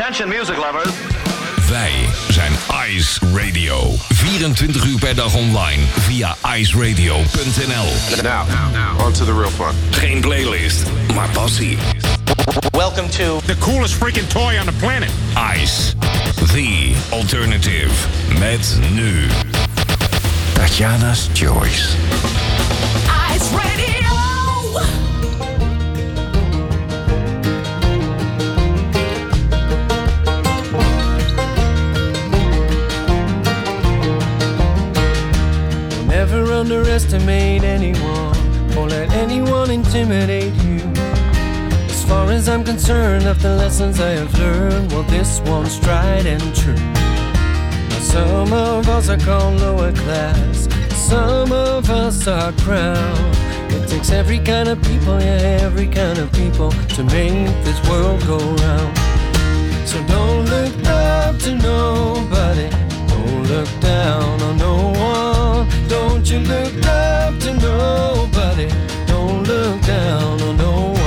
Attention music lovers. Wij zijn Ice Radio. 24 uur per dag online via iceradio.nl. Now, on to the real fun. Geen playlist, maar passie. Welcome to the coolest freaking toy on the planet. Ice, the alternative. Met nu Tatjana's Choice. Ice Radio. Never underestimate anyone or let anyone intimidate you. As far as I'm concerned, of the lessons I have learned, well, this one's tried and true. Now, some of us are called lower class, some of us are crowned. It takes every kind of people, yeah, every kind of people to make this world go round. So don't look up to nobody, don't look down on no one. Don't you look up to nobody, don't look down on no one.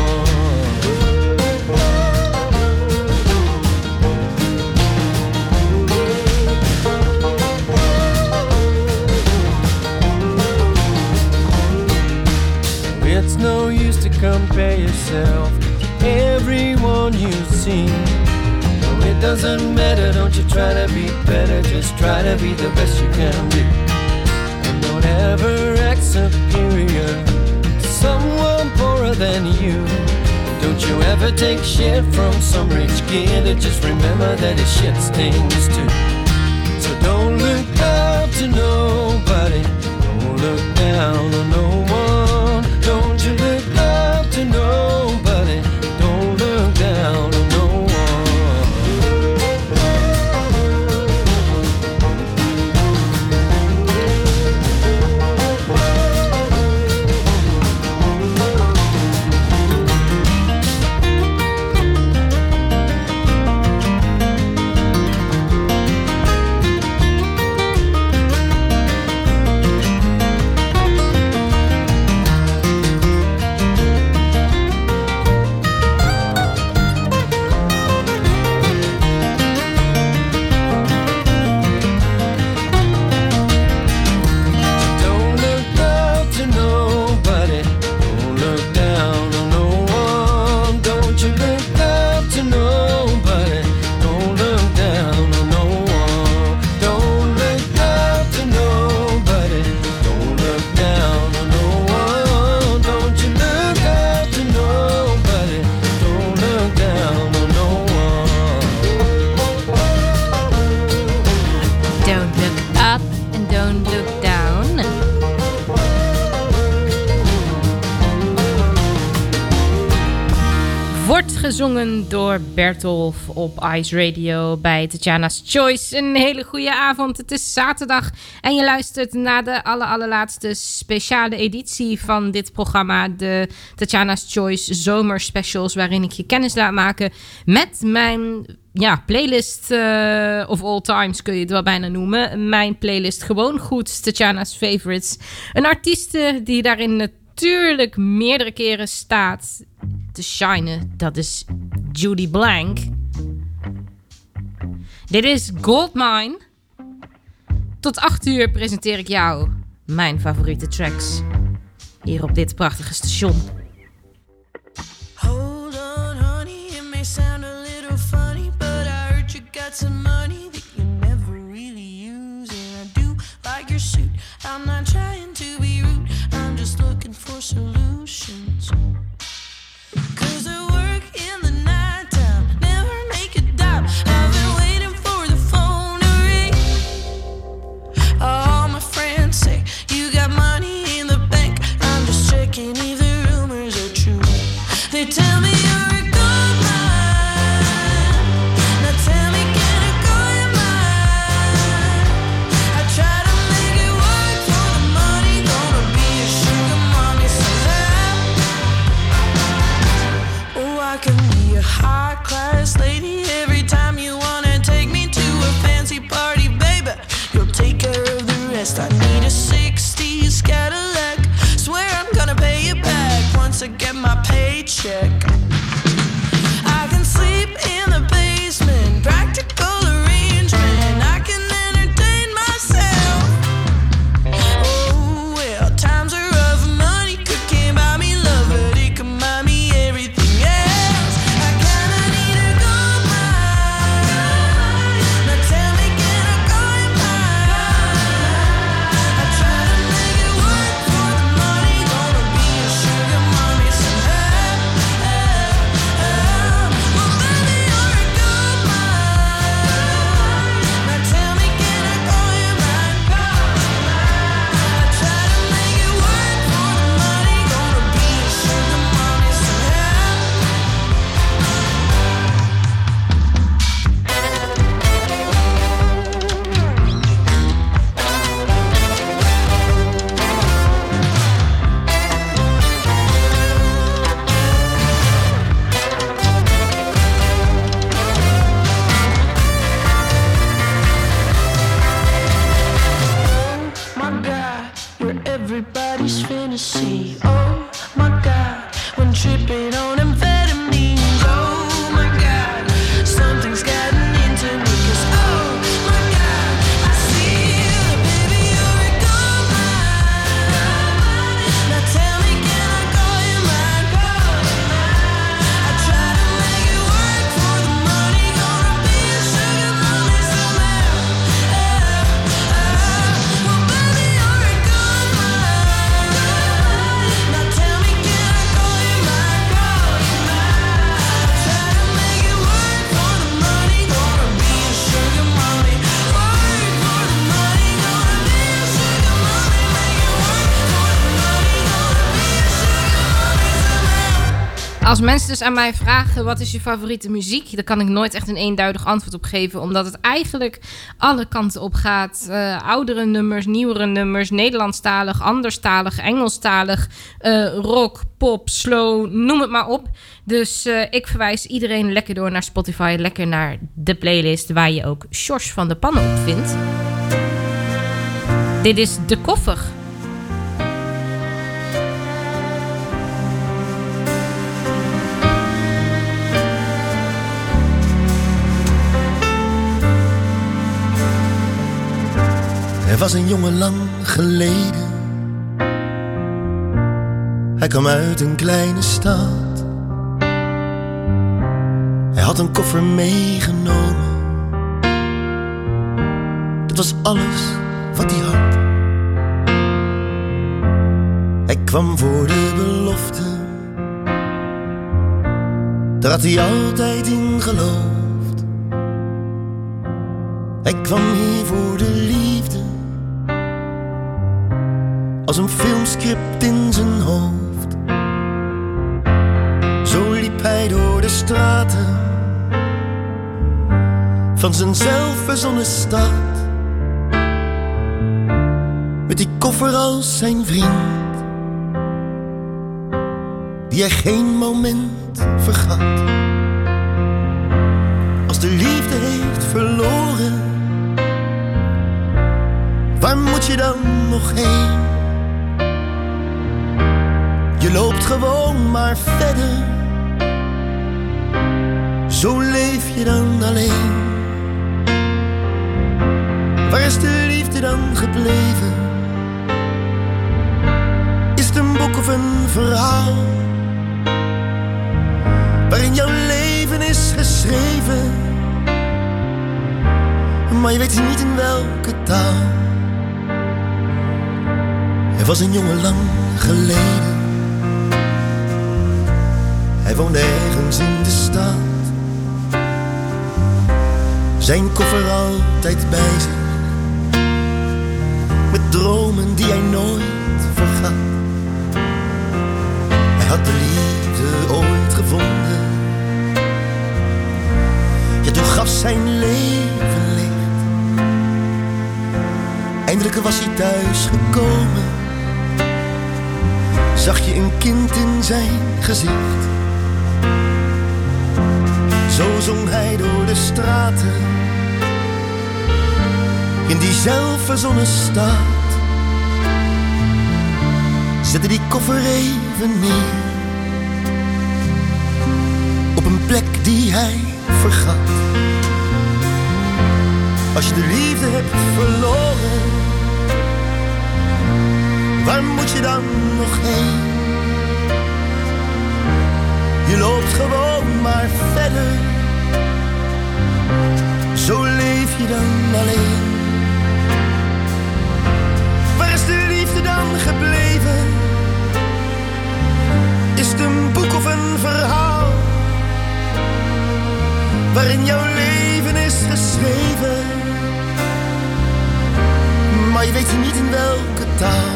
It's no use to compare yourself to everyone you see. No, it doesn't matter, don't you try to be better, just try to be the best you can be. And don't ever act superior to someone poorer than you. Don't you ever take shit from some rich kid, and just remember that his shit stings too. So don't look up to nobody, don't look down on no one. Don't you look up to nobody, don't look down on no one. Gezongen door Bertolf op Ice Radio bij Tatjana's Choice. Een hele goede avond. Het is zaterdag en je luistert naar de allerlaatste speciale editie van dit programma. De Tatjana's Choice zomerspecials, waarin ik je kennis laat maken met mijn playlist of all times, kun je het wel bijna noemen. Mijn playlist gewoon goed, Tatjana's Favorites. Een artieste die daarin natuurlijk meerdere keren staat te shinen, dat is Judy Blank. Dit is Goldmine. Tot 8 uur presenteer ik jou mijn favoriete tracks hier op dit prachtige station. Hold on honey, it may sound a little funny, but I heard you got some money that you never really use, and I do like your suit. I'm not trying to be rude, I'm just looking for solutions. Cause I work in the nighttime, never make a dime. I've been waiting for the phone to ring. All my friends say you got money in the bank. I'm just checking if the rumors are true. They tell me you're a gold mine. Now tell me, can I go in mine? I try to make it work for the money. Gonna be a sugar mommy somehow. Oh, I can be a high class lady every time you wanna take me to a fancy party, baby. You'll take care of the rest. I need a 60s Cadillac. Swear I'm gonna pay you back once I get my paycheck. I can sleep in the basement, Chinese fantasy. Oh my God, when tripping on amphetamines. Oh my God, something's gotten into me. 'Cause oh my God, I see you, baby, you're a gold mine. Now tell me, can I call you mine? I try to make it work for the money, gonna be a sugar mommy somehow. Well, baby, you're a gold mine. Now tell me, can I call you mine? I try to make it work for the money, gonna be a sugar mommy. Work for the money, gonna be a sugar mommy. Make it work for the money, gonna be a sugar mommy somehow. Als mensen dus aan mij vragen wat is je favoriete muziek, dan kan ik nooit echt een eenduidig antwoord op geven, omdat het eigenlijk alle kanten op gaat. Oudere nummers, nieuwere nummers, Nederlandstalig, anderstalig, Engelstalig, rock, pop, slow, noem het maar op. Dus ik verwijs iedereen lekker door naar Spotify, lekker naar de playlist waar je ook Sjors van de Pannen op vindt. Dit is De Koffer. Er was een jongen lang geleden. Hij kwam uit een kleine stad. Hij had een koffer meegenomen. Dat was alles wat hij had. Hij kwam voor de belofte. Daar had hij altijd in geloofd. Hij kwam hier voor de liefde. Als een filmscript in zijn hoofd. Zo liep hij door de straten van zijn zelfverzonnen stad. Met die koffer als zijn vriend, die hij geen moment vergat. Als de liefde heeft verloren, waar moet je dan nog heen? Je loopt gewoon maar verder. Zo leef je dan alleen. Waar is de liefde dan gebleven? Is het een boek of een verhaal waarin jouw leven is geschreven, maar je weet niet in welke taal? Er was een jongen lang geleden. Hij woonde ergens in de stad. Zijn koffer altijd bij zich, met dromen die hij nooit vergat. Hij had de liefde ooit gevonden. Ja, toen gaf zijn leven licht. Eindelijk was hij thuis gekomen. Zag je een kind in zijn gezicht. Zo zong hij door de straten in die zelfverzonnen stad. Zette die koffer even neer op een plek die hij vergat. Als je de liefde hebt verloren, waar moet je dan nog heen? Je loopt gewoon maar verder. Zo leef je dan alleen. Waar is de liefde dan gebleven? Is het een boek of een verhaal waarin jouw leven is geschreven, maar je weet niet in welke taal?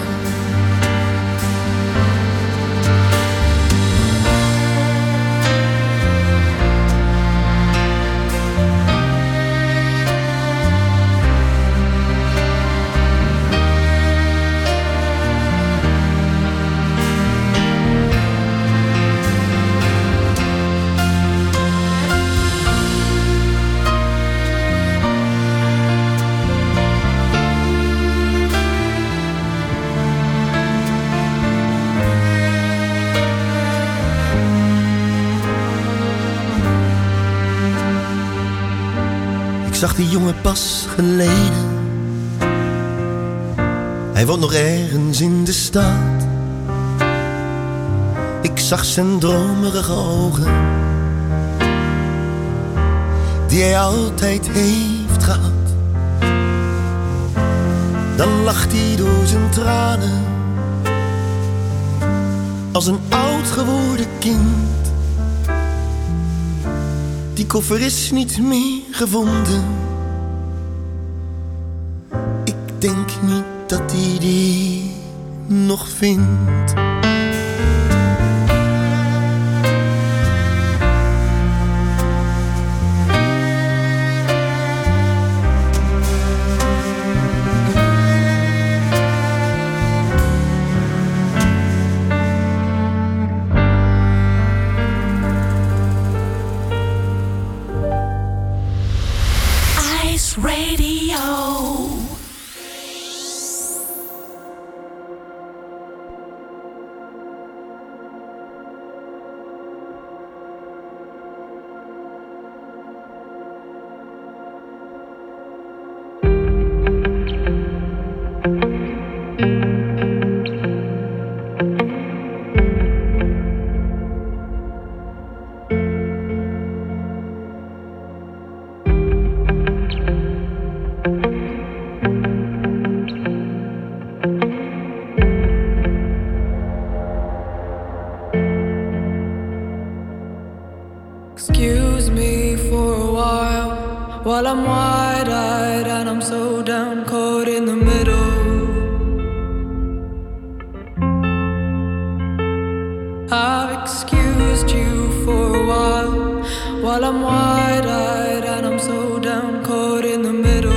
zag die jongen pas geleden. Hij woont nog ergens in de stad. Ik zag zijn dromerige ogen, die hij altijd heeft gehad. Dan lacht hij door zijn tranen, als een oud geworden kind. Die koffer is niet meer gevonden. Ik denk niet dat hij die nog vindt. Excuse me for a while I'm wide-eyed and I'm so down, caught in the middle. I've excused you for a while I'm wide-eyed and I'm so down, caught in the middle.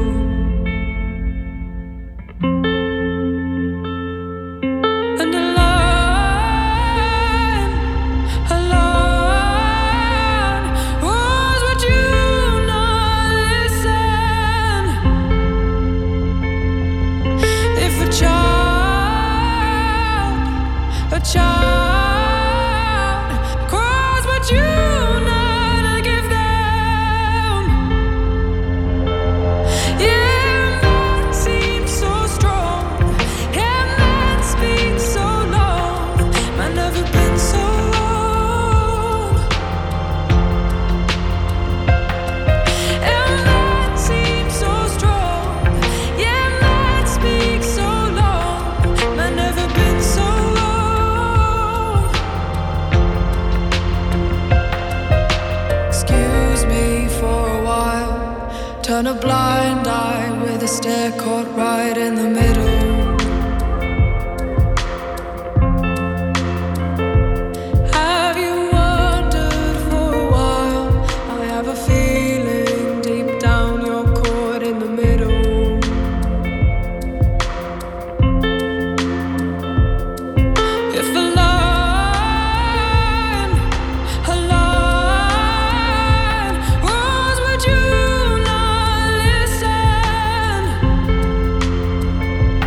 Turn a blind eye with a stare caught right in the middle. Have you wondered for a while? I have a feeling deep down you're caught in the middle. If a line was what you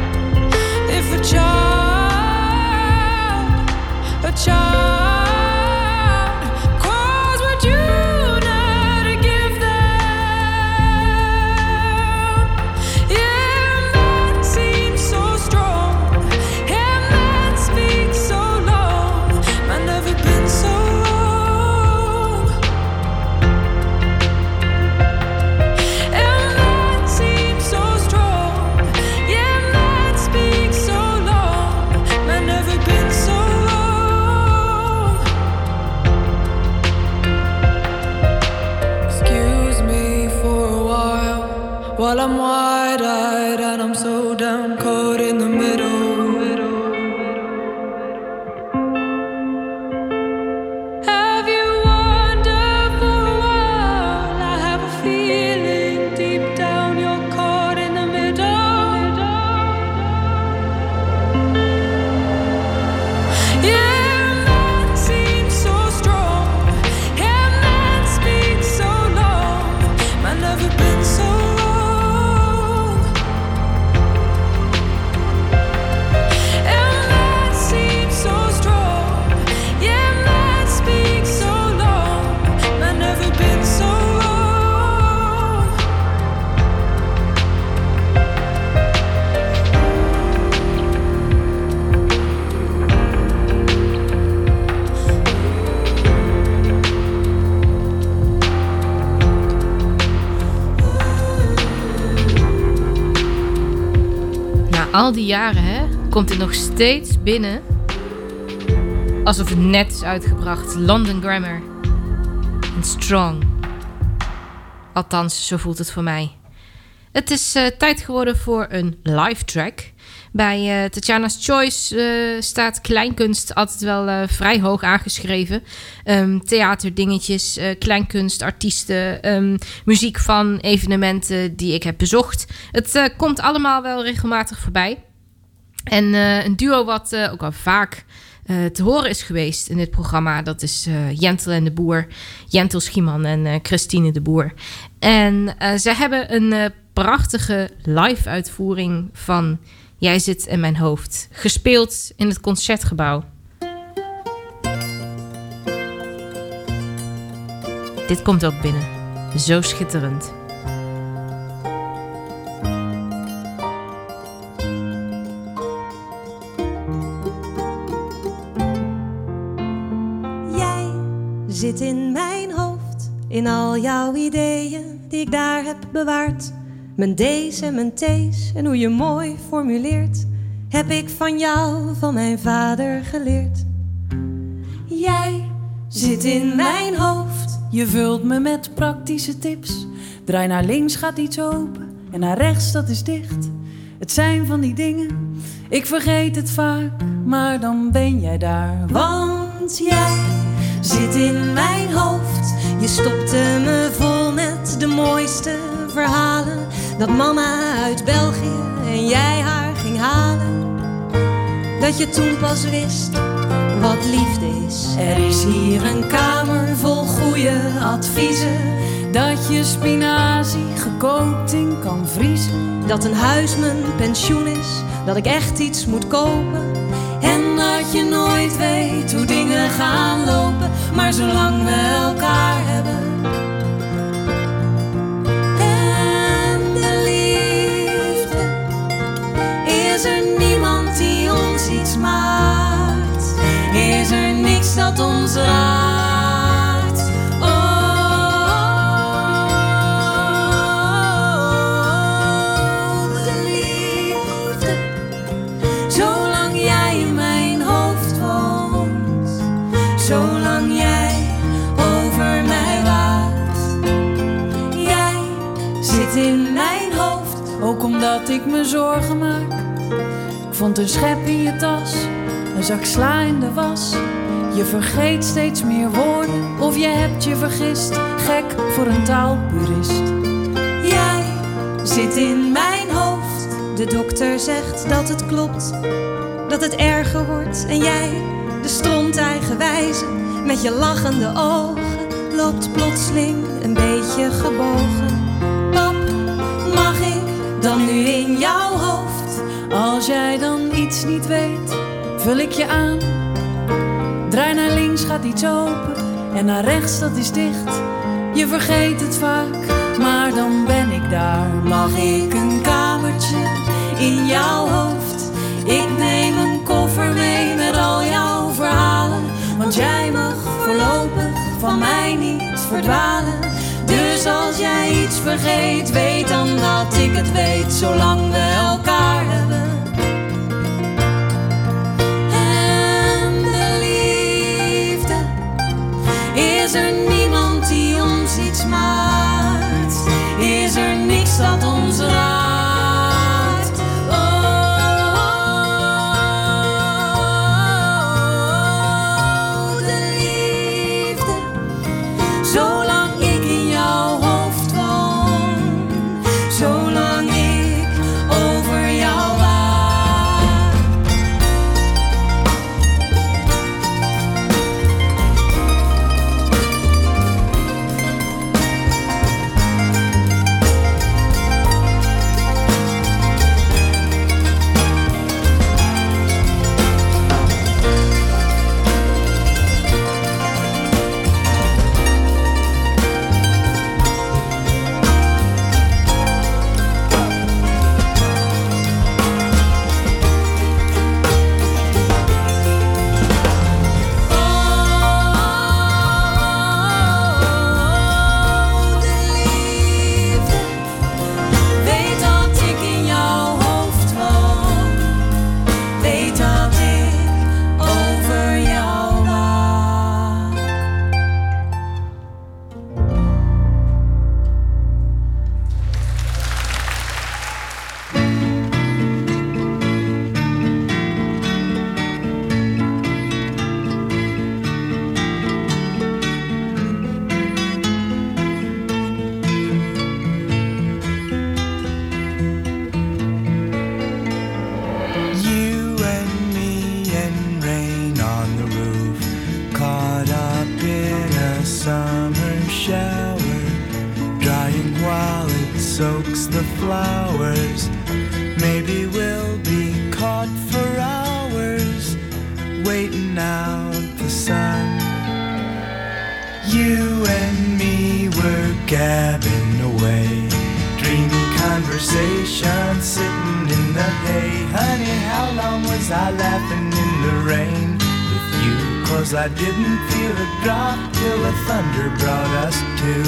Na al die jaren, hè, komt het nog steeds binnen alsof het net is uitgebracht. London Grammar en Strong. Althans, zo voelt het voor mij. Het is tijd geworden voor een live track. Bij Tatjana's Choice staat kleinkunst altijd wel vrij hoog aangeschreven. Theaterdingetjes, kleinkunst, artiesten, muziek van evenementen die ik heb bezocht. Het komt allemaal wel regelmatig voorbij. En een duo wat ook al vaak te horen is geweest in dit programma, dat is Jentel en de Boer. Jentel Schieman en Christine de Boer. En zij hebben een prachtige live uitvoering van Jij zit in mijn hoofd, gespeeld in het Concertgebouw. Dit komt ook binnen, zo schitterend. Jij zit in mijn hoofd, in al jouw ideeën die ik daar heb bewaard. Mijn D's en mijn T's en hoe je mooi formuleert, heb ik van jou, van mijn vader geleerd. Jij zit in mijn hoofd. Je vult me met praktische tips. Draai naar links, gaat iets open. En naar rechts, dat is dicht. Het zijn van die dingen, ik vergeet het vaak. Maar dan ben jij daar. Want jij zit in mijn hoofd. Je stopte me vol met de mooiste verhalen. Dat mama uit België en jij haar ging halen. Dat je toen pas wist wat liefde is. Er is hier een kamer vol goede adviezen. Dat je spinazie gekookt in kan vriezen. Dat een huis mijn pensioen is. Dat ik echt iets moet kopen. En dat je nooit weet hoe dingen gaan lopen. Maar zolang we elkaar hebben. Is er niemand die ons iets maakt? Is er niks dat ons raakt? Oh, de liefde. Zolang jij in mijn hoofd woont, zolang jij over mij waakt. Jij zit in mijn hoofd. Ook omdat ik me zorgen maak. Ik vond een schep in je tas, een zak sla in de was. Je vergeet steeds meer woorden, of je hebt je vergist. Gek voor een taalpurist. Jij zit in mijn hoofd. De dokter zegt dat het klopt, dat het erger wordt. En jij, de stront eigenwijze, met je lachende ogen, loopt plotseling een beetje gebogen. Pap, mag ik dan nu in jouw hoofd? Als jij dan iets niet weet, vul ik je aan. Draai naar links, gaat iets open. En naar rechts, dat is dicht. Je vergeet het vaak, maar dan ben ik daar. Mag ik een kamertje in jouw hoofd? Ik neem een koffer mee met al jouw verhalen. Want jij mag voorlopig van mij niet verdwalen. Dus als jij iets vergeet, weet dan dat ik het weet. Zolang we elkaar hebben. En de liefde. Is er niemand die ons iets maakt? Is er niks dat ons raakt? Oh, de liefde. Zolang ik in jouw hoofd woon, zolang ik over jou waak. drying while it soaks the flowers. Maybe we'll be caught for hours, waiting out the sun. You and me were gabbing away, dreamy conversation sitting in the hay. Honey, how long was I laughing in the rain with you? 'Cause I didn't feel a drop till the thunder brought us to.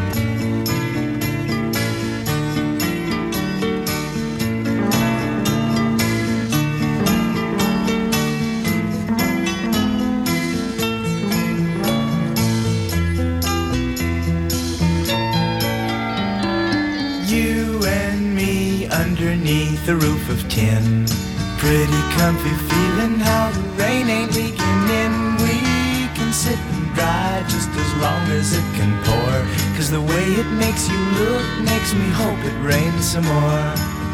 Underneath the roof of tin, pretty comfy feeling how the rain ain't leaking in. We can sit and dry just as long as it can pour, 'cause the way it makes you look makes me hope it rains some more.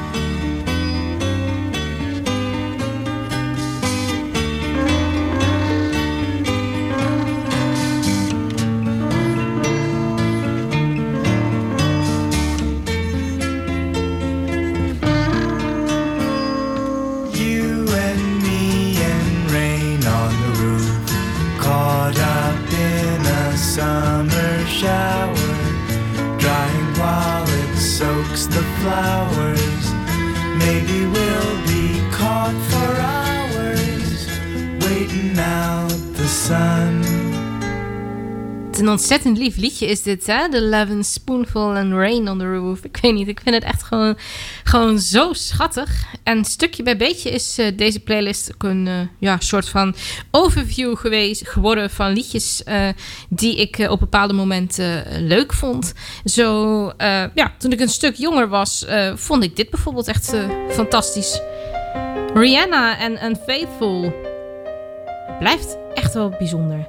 Een ontzettend lief liedje is dit, hè? The Love and Spoonful and Rain on the Roof. Ik weet niet, ik vind het echt gewoon zo schattig. En stukje bij beetje is deze playlist ook een soort van overview geworden van liedjes die ik op bepaalde momenten leuk vond. Zo, toen ik een stuk jonger was, vond ik dit bijvoorbeeld echt fantastisch. Rihanna en Unfaithful blijft echt wel bijzonder.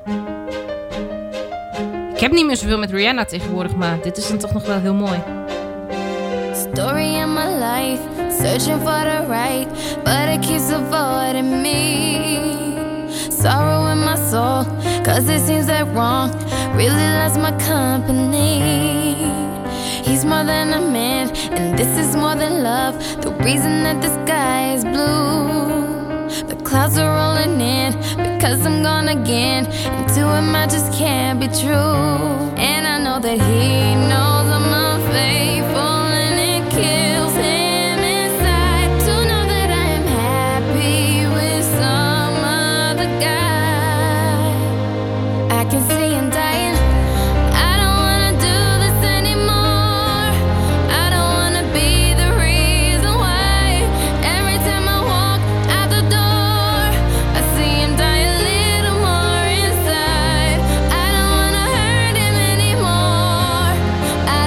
Ik heb niet meer zoveel met Rihanna tegenwoordig, maar dit is dan toch nog wel heel mooi. Story in my life, searching for the right, but it keeps avoiding me. Sorrow in my soul, 'cause it seems that wrong really loves my company. He's more than a man, and this is more than love. The reason that the sky is blue. The clouds are rolling in because I'm gone again, and to him I just can't be true. And I know that he knows I'm unfaithful, and it kills him inside to know that I am happy with some other guy. I can see him dying. I don't wanna do this anymore. I don't wanna be the reason why every time I walk out the door I see him die a little more inside. I don't wanna hurt him anymore. I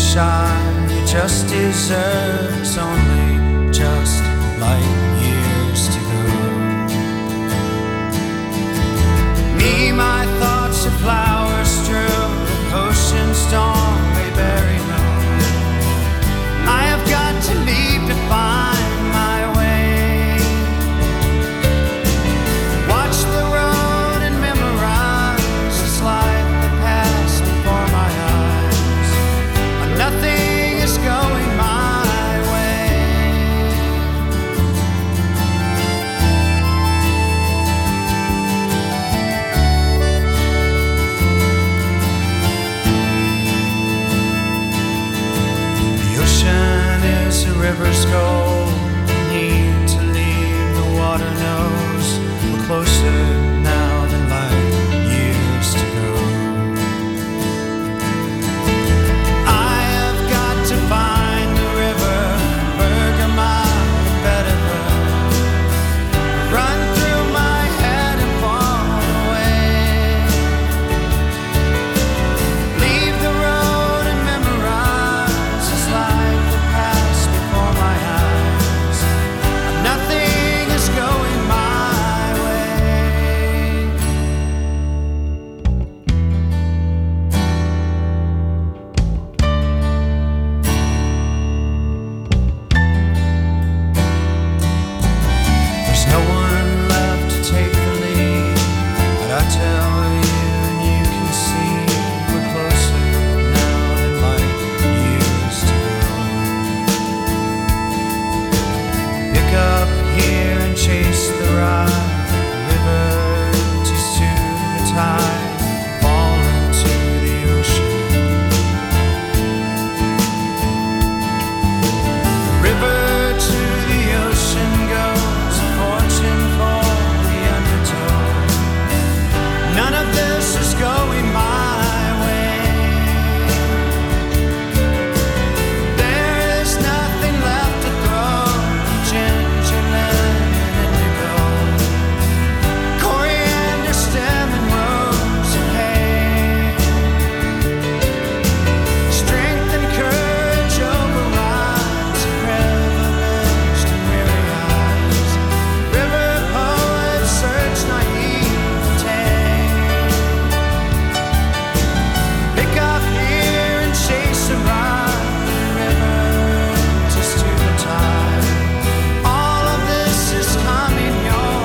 shine you just deserve. It's only just light years to go. Me, my thoughts are flowers strewn, the ocean storm may bury low. I have got to leave to find my way. Watch the road and memorize the slide that passed before my eyes. But nothing is going my way. The ocean is a river's goal. Need to leave, the water knows we're closer now than light years to go. I have got to find the river, Bergamot, Bedford. Run through my head and fall away. Leave the road and memorize this life that passed before my eyes. Nothing is going my way. There's no one left to take the lead, but I tell you and you can see we're closer now than light years to go. Pick up here and chase the ride, the river to the tide, fall into the ocean. The river to the ocean goes, a fortune for the undertow. None of this is going my way. There is nothing left to throw. Ginger, lemon, indigo, coriander, stem, and rose and hay. Strength and courage overrides privileged and weary eyes. River poets search naivete. Pick up here and chase a ride, the river just to the tide. All of this is coming your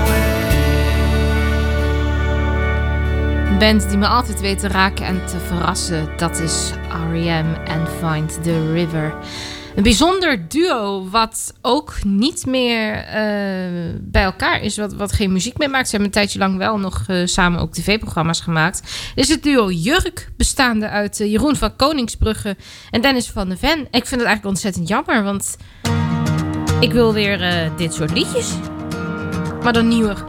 way. Een band die me altijd weet te raken en te verrassen, dat is R.E.M. en Find the River. Een bijzonder duo wat ook niet meer bij elkaar is, wat geen muziek meer maakt. Ze hebben een tijdje lang wel nog samen ook tv-programma's gemaakt. Dit is het duo Jurk, bestaande uit Jeroen van Koningsbrugge en Dennis van de Ven. Ik vind het eigenlijk ontzettend jammer, want ik wil weer dit soort liedjes. Maar dan nieuwer.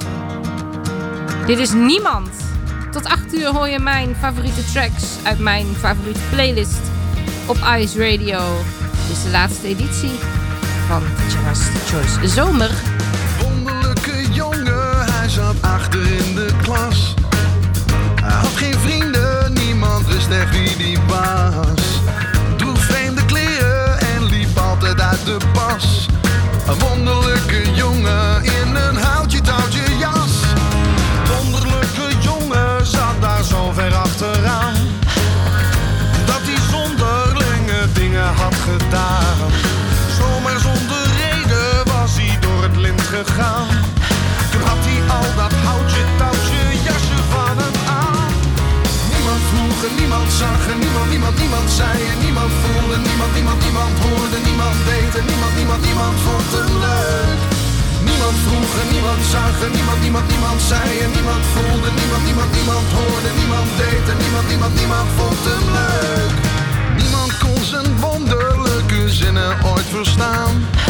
Dit is Niemand. Tot 8 uur hoor je mijn favoriete tracks uit mijn favoriete playlist op Ice Radio. Dit is de laatste editie van Tatjana's Choice Zomer. Wonderlijke jongen, hij zat achter in de klas. Hij had geen vrienden, niemand wist echt wie die was. Droeg vreemde kleren en liep altijd uit de pas. Een wonderlijke jongen in een houtje-touwtje jas. Wonderlijke jongen zat daar zo ver achteraan, dat hij zonderlinge dingen had gedaan. Zomaar zonder reden was hij door het lint gegaan. Toen had hij al dat houtje-touwtje jasje van hem aan. Niemand vroeg en niemand zag en niemand zei en niemand voelde. Niemand hoorde, niemand deed en niemand vond hem leuk. Niemand vroeg en niemand zag en niemand zei en niemand voelde. Niemand hoorde, niemand deed en niemand vond hem leuk. Niemand kon zijn wonderlijke zinnen ooit verstaan.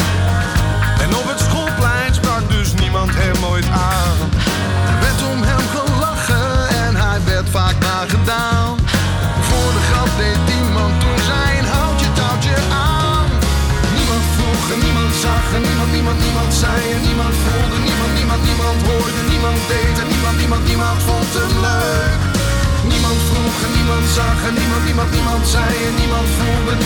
En op het schoolplein sprak dus niemand hem ooit aan. Er werd om hem gelachen en hij werd vaak nagedaan. Voor de grap deed iemand toen zijn houtje-touwtje aan. Niemand vroeg en niemand zag en niemand zei en niemand voelde. Niemand hoorde, niemand deed en niemand vond hem leuk. Niemand vroeg en niemand zag en niemand zei en niemand voelde.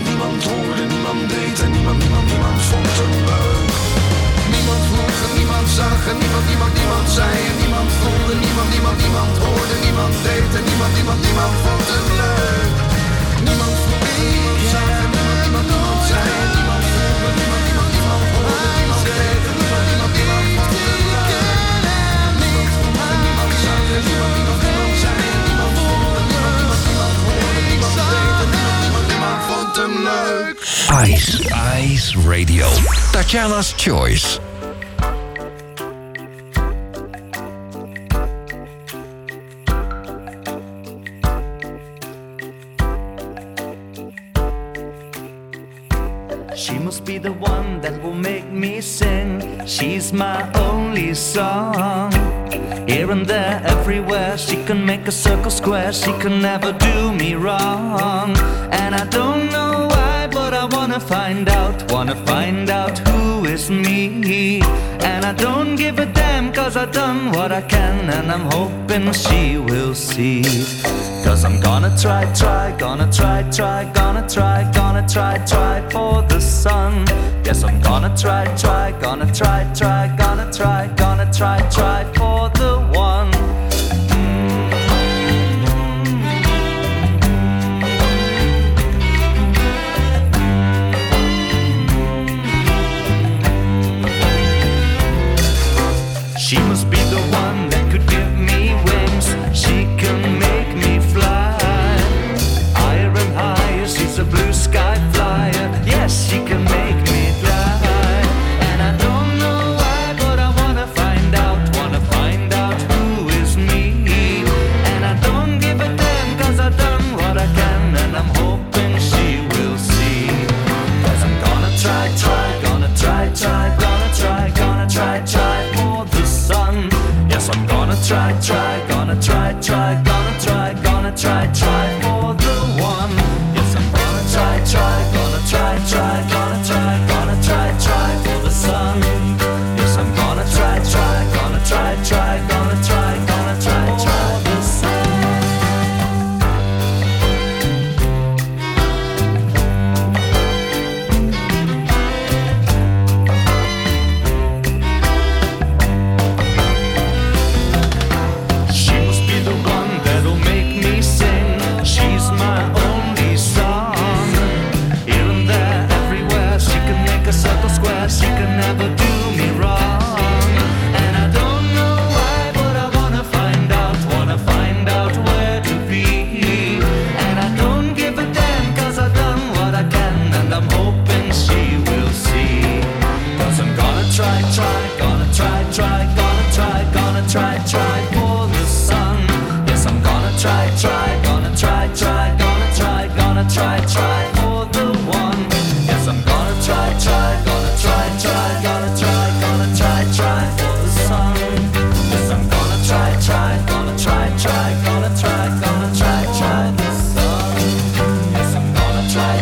niemand hoorde, niemand deed en niemand vond hem leuk. Niemand vroeg en niemand zag en niemand zei en niemand voelde, niemand hoorde, niemand deed en niemand vond hem leuk. Niemand vroeg, niemand zag en niemand zei en niemand voelde, niemand hoorde, niemand deed en niemand vond hem leuk. Niemand vroeg en niemand zag en niemand zei en niemand voelde, niemand hoorde, niemand deed en niemand vond hem leuk. Ice Radio. Tatjana's Choice. She must be the one that will make me sing. She's my only song. Here and there, everywhere, she can make a circle square. She can never do me wrong. And I don't know why, but I wanna find out who is me. And I don't give a damn, cause I've done what I can. And I'm hoping she will see. Cause I'm gonna try for the sun. Yes, I'm gonna try for the one. She must be the one that could give me wings. She can make me fly higher and higher. She's a blue sky flyer. Yes, she can make me fly. And I don't know why, but I wanna find out who is me. And I don't give a damn, cause I've done what I can. And I'm hoping she will see. Cause I'm gonna try for the sun. Yes, I'm gonna try for the one. Yes, I'm gonna try for the sun. Yes, I'm gonna try for the sun. She must be the one that'll make me sing. She's my only song. Here and there, everywhere, she can make a circle square. She can never do me wrong. And I don't know why, but I wanna find out where to be. And I don't give a damn, cause I've done what I can. And I'm hoping she will see. Cause I'm gonna try for the sun. Yes, I'm gonna try for the one. Yes, I'm gonna try for the sun. Yes, I'm gonna try for the sun. Yes, I'm gonna try for the sun. Yes, I'm gonna try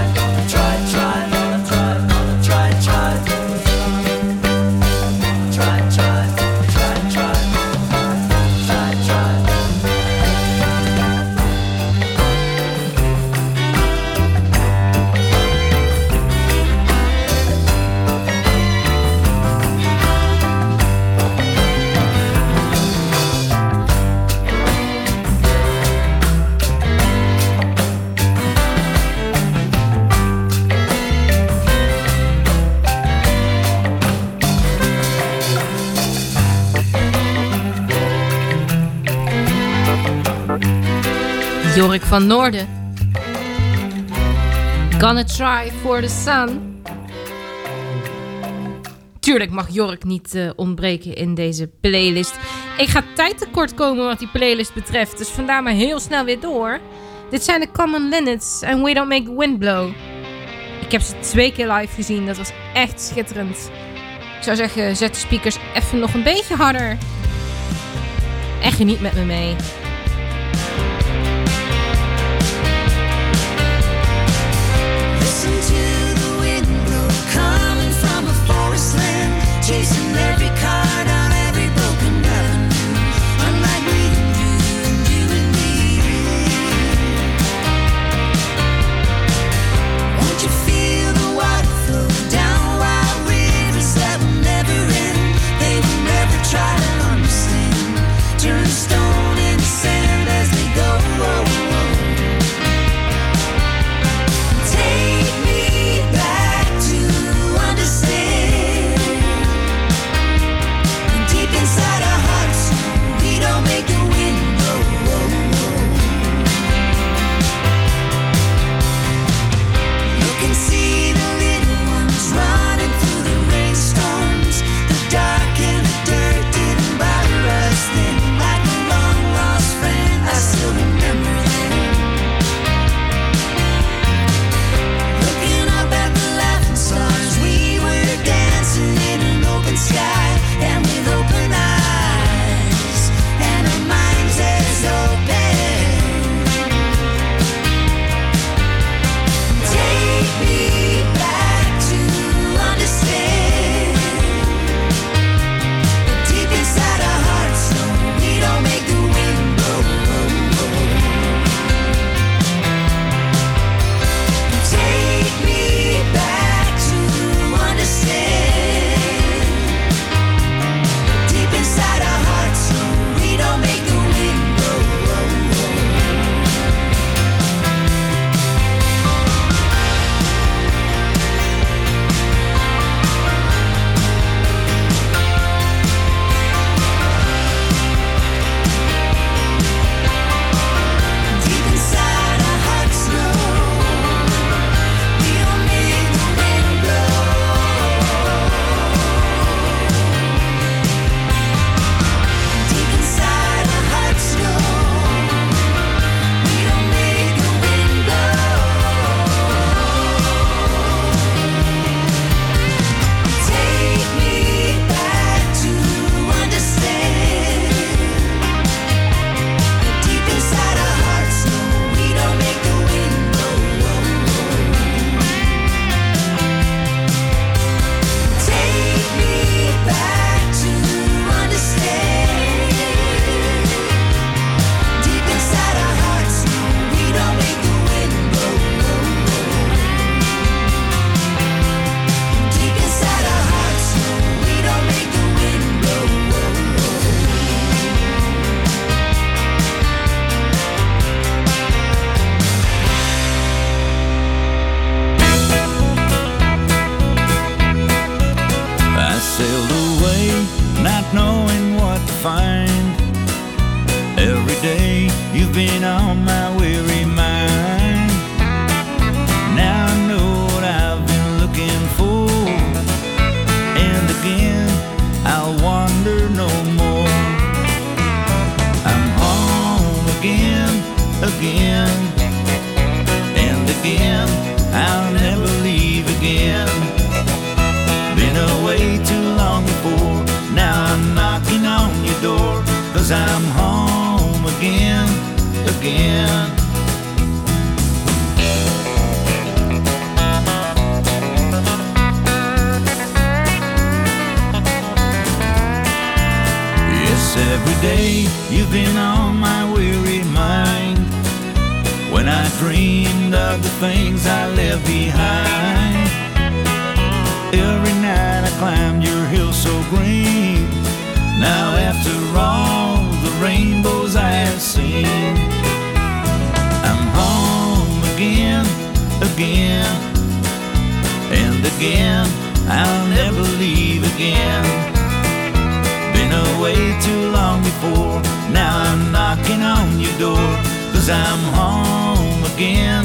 Jorik van Noorden. Gonna try for the sun. Tuurlijk mag Jorik niet ontbreken in deze playlist. Ik ga tijd tekort komen wat die playlist betreft. Dus vandaar maar heel snel weer door. Dit zijn de Common Linnets en We Don't Make the Wind Blow. Ik heb ze 2 keer live gezien. Dat was echt schitterend. Ik zou zeggen, zet de speakers even nog een beetje harder. En geniet met me mee. Chasing every car down every broken avenue, unlike we do, you and me. find. Every day you've been on my weary mind. Now I know what I've been looking for, and again I'll wander no more. I'm home again, and again I'll never leave again. Been away too long before, now I'm knocking on your door, 'cause I'm home again. Yes, every day you've been on my weary mind. When I dreamed of the things I left behind. Every night I climbed your hill so green. Now after all the rainbows I have seen, I'm home again, and again I'll never leave again. Been away too long before, now I'm knocking on your door, 'cause I'm home again.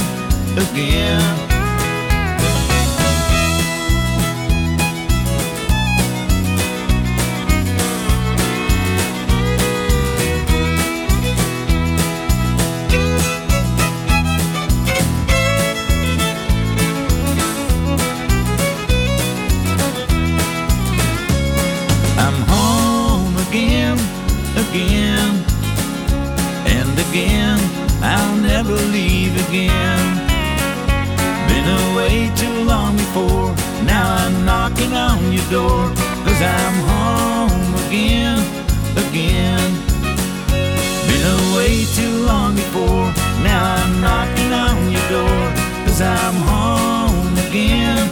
And again, I'll never leave again. Been away too long before, now I'm knocking on your door, 'cause I'm home again. Been away too long before, now I'm knocking on your door, 'cause I'm home again.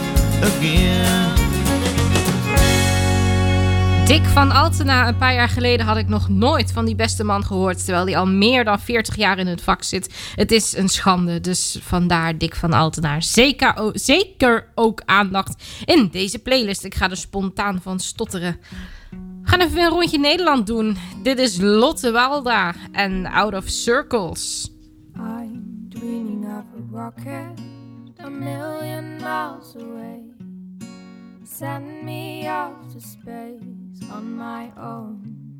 Dick van Altena, een paar jaar geleden had ik nog nooit van die beste man gehoord, terwijl hij al meer dan 40 jaar in het vak zit. Het is een schande, dus vandaar Dick van Altena. Zeker ook aandacht in deze playlist. Ik ga er spontaan van stotteren. We gaan even een rondje Nederland doen. Dit is Lotte Walda en Out of Circles. I'm dreaming of a rocket a million miles away. Send me off to space on my own.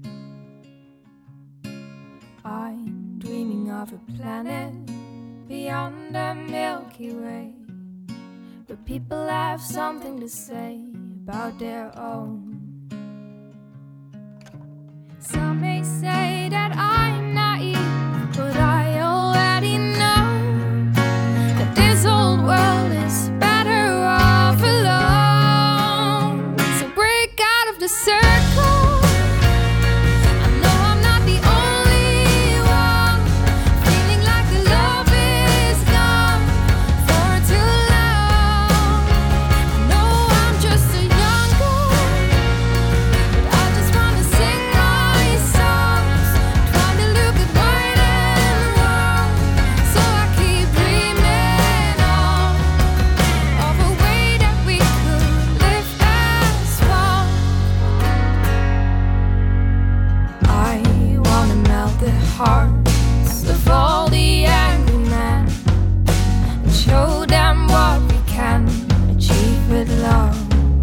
I'm dreaming of a planet beyond the Milky Way, where people have something to say about their own. Some may say that I'm naive, but I already know that this old world is better off alone. So break out of the circle. I know I'm not the only one feeling like the love is gone for too long. I know I'm just a young girl, but I just wanna sing my songs, trying to look at right and wrong. So I keep dreaming of a way that we could live as one. I wanna melt the hearts of all the angry men and show them what we can achieve with love.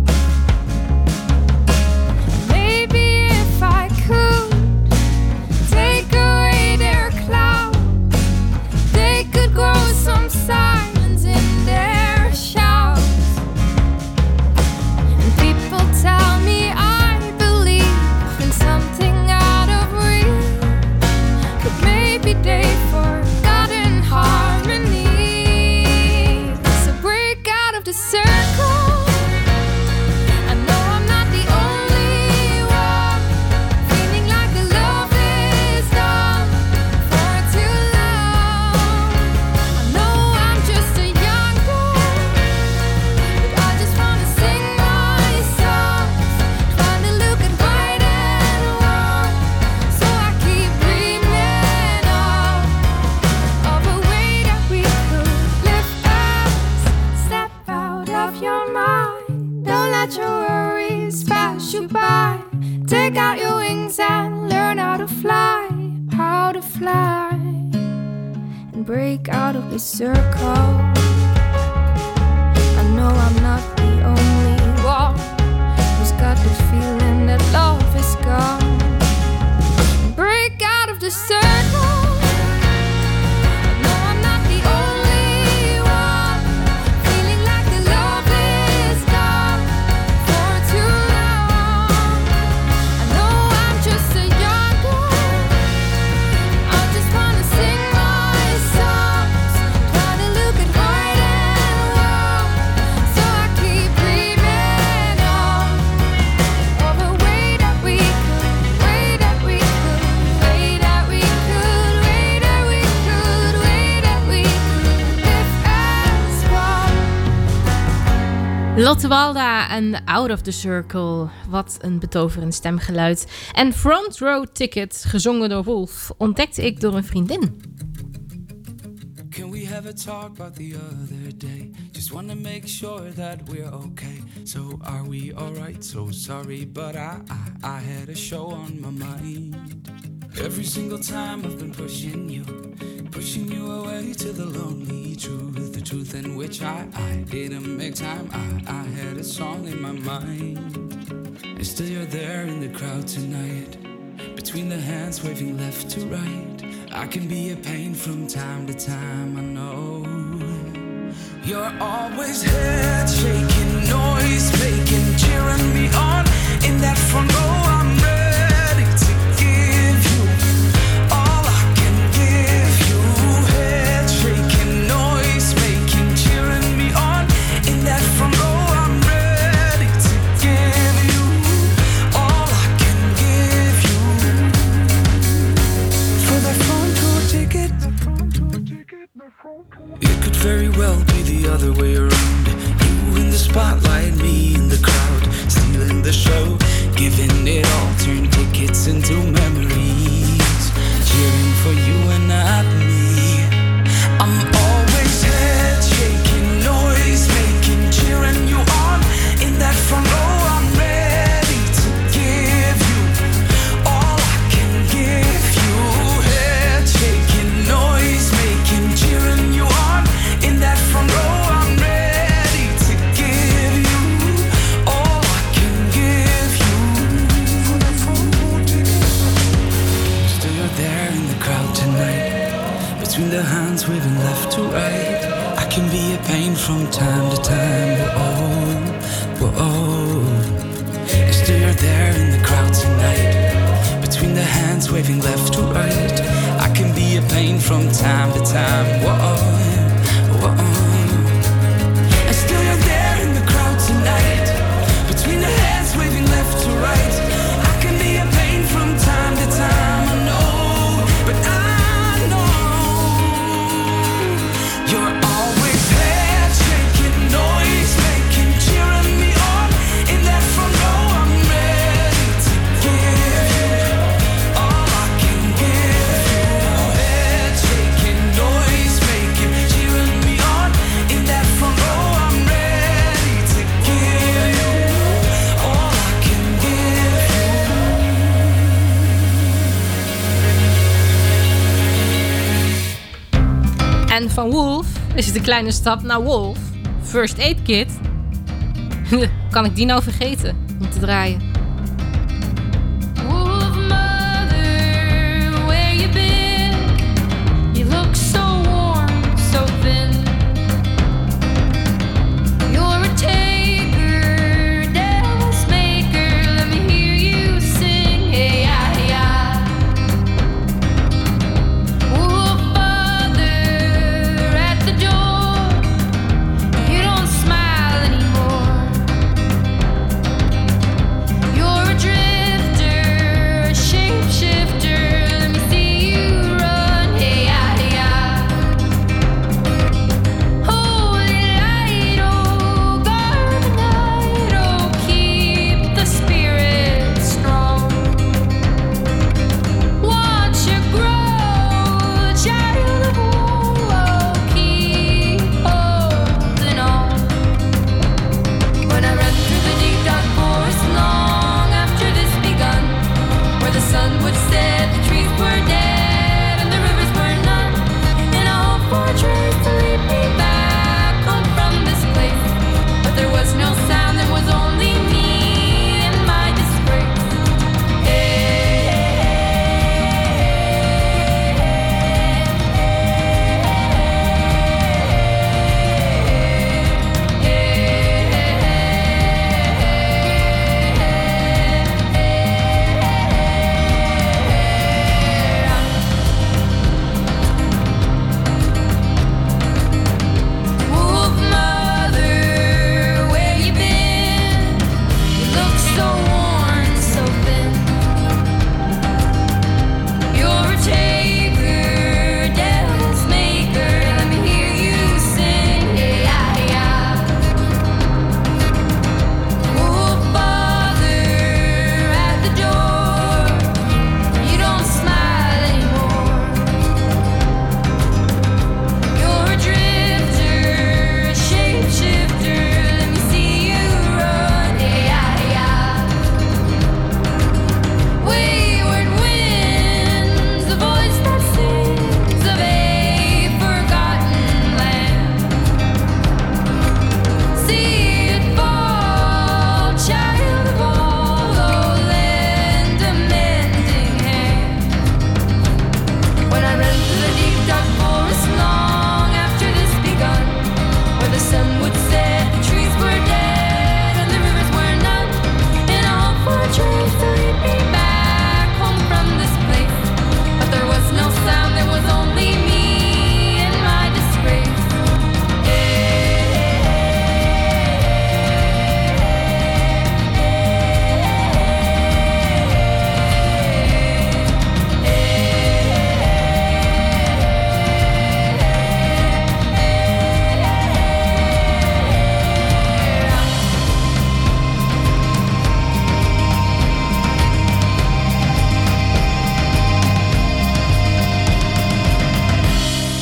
Maybe if I could take away their cloud, they could grow some silence in their shouts. And people tell me I believe in something out of reach, but maybe they've forgotten harmony. So break out of the circle. I know I'm not the only one feeling like the love is gone for too long. I know I'm just a young girl, but I just wanna sing my songs, trying to look at right and wrong. So I keep dreaming of a way that we could live as. Step out of your mind, don't let your worries pass you by. take out your wings and learn how to fly, and break out of this circle. I know I'm not the only one who's got the feeling that love is gone. Break out of the circle. Lotte Walda en Out of the Circle. Wat een betoverend stemgeluid. En Front Row Ticket, gezongen door Wolf, ontdekte ik door een vriendin. Can we have a talk about the other day? Just want to make sure that we're okay. So are we alright? So sorry, but I had a show on my mind. Every single time I've been pushing you away to the lonely truth, the truth in which I didn't make time. I had a song in my mind, and still you're there in the crowd tonight, between the hands waving left to right. I can be a pain from time to time, I know. You're always head shaking, noise making, cheering me on in that front row. I'm ready to give you all I can give you. Head shaking, noise making, cheering me on in that front row. I'm ready to give you all I can give you. For that front row ticket, it could very well be the other way around. You in the spotlight, me in the crowd, stealing the show, giving it all, turn tickets into memories, cheering for you and not me. I'm always head shaking, noise making, cheering you on in that front row. I'm ready to give you all I can give you. Head shaking, noise making, cheering you on in that front row. I'm ready to give you all I can give you. Still you're there in the crowd tonight, between the hands waving left to right. I can be a pain from time to time. Whoa. Still you're there in the crowd tonight, between the hands waving left to right. I can be a pain from time to time. Whoa. And still you're there in the crowd tonight, between the hands waving left to right. I can be a pain from time to time. I know, but I know you're always head shaking, noise making, cheering me on in that front row. I'm ready to give you all I can give you. Head shaking, noise making, cheering me on in that front row. I'm ready to give you all I can give you. En van Wolf is het een kleine stap naar Wolf, First Aid Kit. Kan ik die nou vergeten om te draaien? Wolf mother, where you been? You look so warm, so thin. You're a taker, devil's maker. Let me hear you sing, hey yeah. Wolf mother at the door. You don't smile anymore.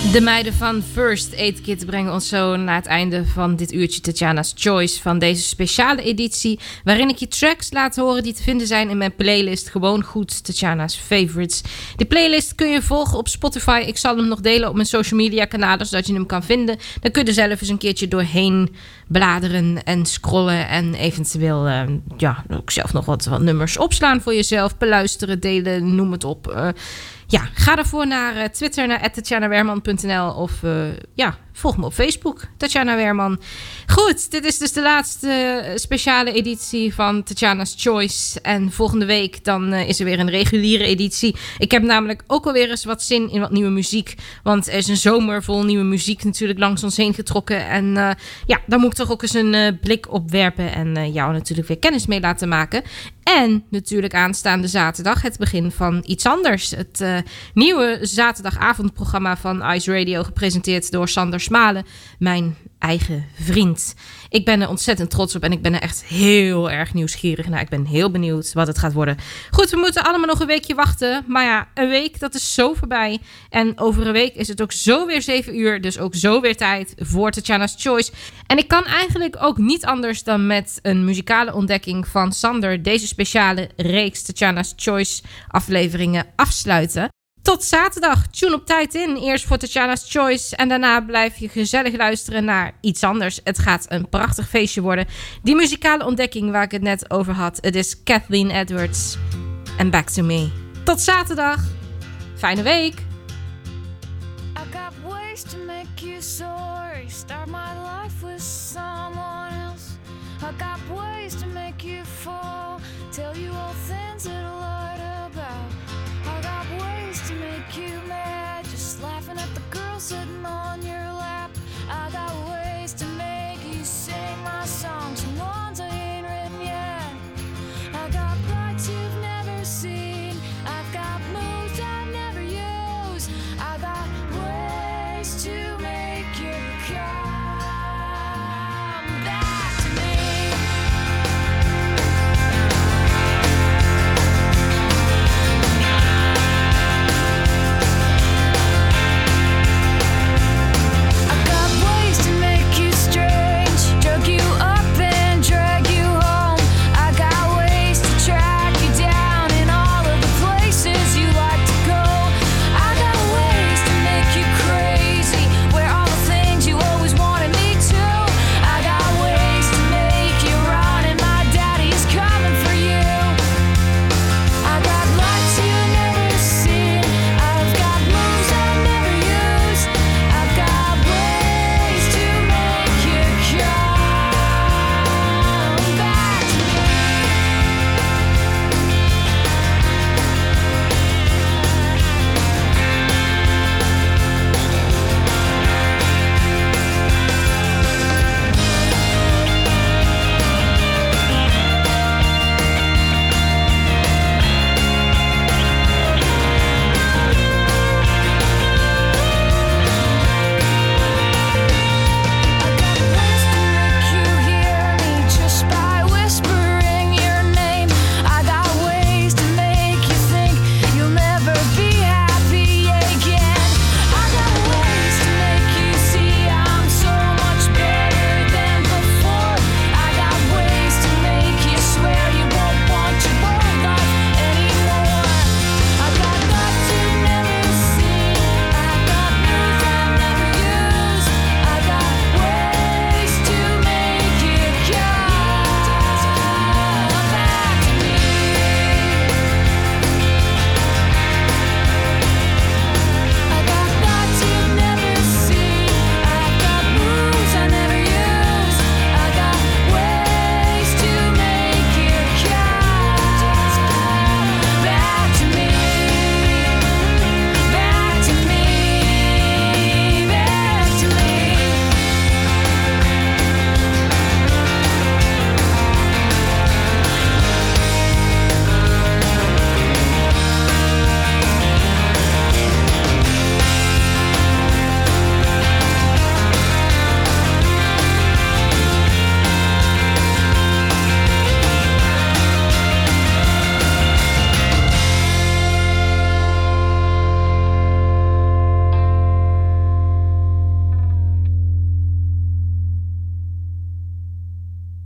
De meiden van First Aid Kit brengen ons zo naar het einde van dit uurtje Tatjana's Choice van deze speciale editie, waarin ik je tracks laat horen die te vinden zijn in mijn playlist Gewoon Goed Tatjana's Favorites. Die playlist kun je volgen op Spotify. Ik zal hem nog delen op mijn social media kanalen, zodat je hem kan vinden. Dan kun je er zelf eens een keertje doorheen bladeren en scrollen en eventueel ook zelf nog wat nummers opslaan voor jezelf, beluisteren, delen, noem het op. Ga daarvoor naar Twitter, naar @tatjanawerman.nl of volg me op Facebook, Tatjana Werman. Goed, dit is dus de laatste speciale editie van Tatjana's Choice. En volgende week dan is er weer een reguliere editie. Ik heb namelijk ook alweer eens wat zin in wat nieuwe muziek. Want er is een zomer vol nieuwe muziek natuurlijk langs ons heen getrokken. En daar moet ik toch ook eens een blik op werpen en jou natuurlijk weer kennis mee laten maken. En natuurlijk aanstaande zaterdag het begin van Iets Anders. Het nieuwe zaterdagavondprogramma van Ice Radio, gepresenteerd door Sander Smalen, mijn eigen vriend. Ik ben er ontzettend trots op en ik ben er echt heel erg nieuwsgierig naar. Ik ben heel benieuwd wat het gaat worden. Goed, we moeten allemaal nog een weekje wachten. Maar ja, een week, dat is zo voorbij. En over een week is het ook zo weer 7 uur. Dus ook zo weer tijd voor Tatjana's Choice. En ik kan eigenlijk ook niet anders dan met een muzikale ontdekking van Sander deze speciale reeks Tatjana's Choice afleveringen afsluiten. Tot zaterdag. Tune op tijd in. Eerst voor Tatjana's Choice. En daarna blijf je gezellig luisteren naar Iets Anders. Het gaat een prachtig feestje worden. Die muzikale ontdekking waar ik het net over had. Het is Kathleen Edwards. En Back to Me. Tot zaterdag. Fijne week. I got ways to make you sorry. Start my life with someone else. I got ways to make you fall. Tell you all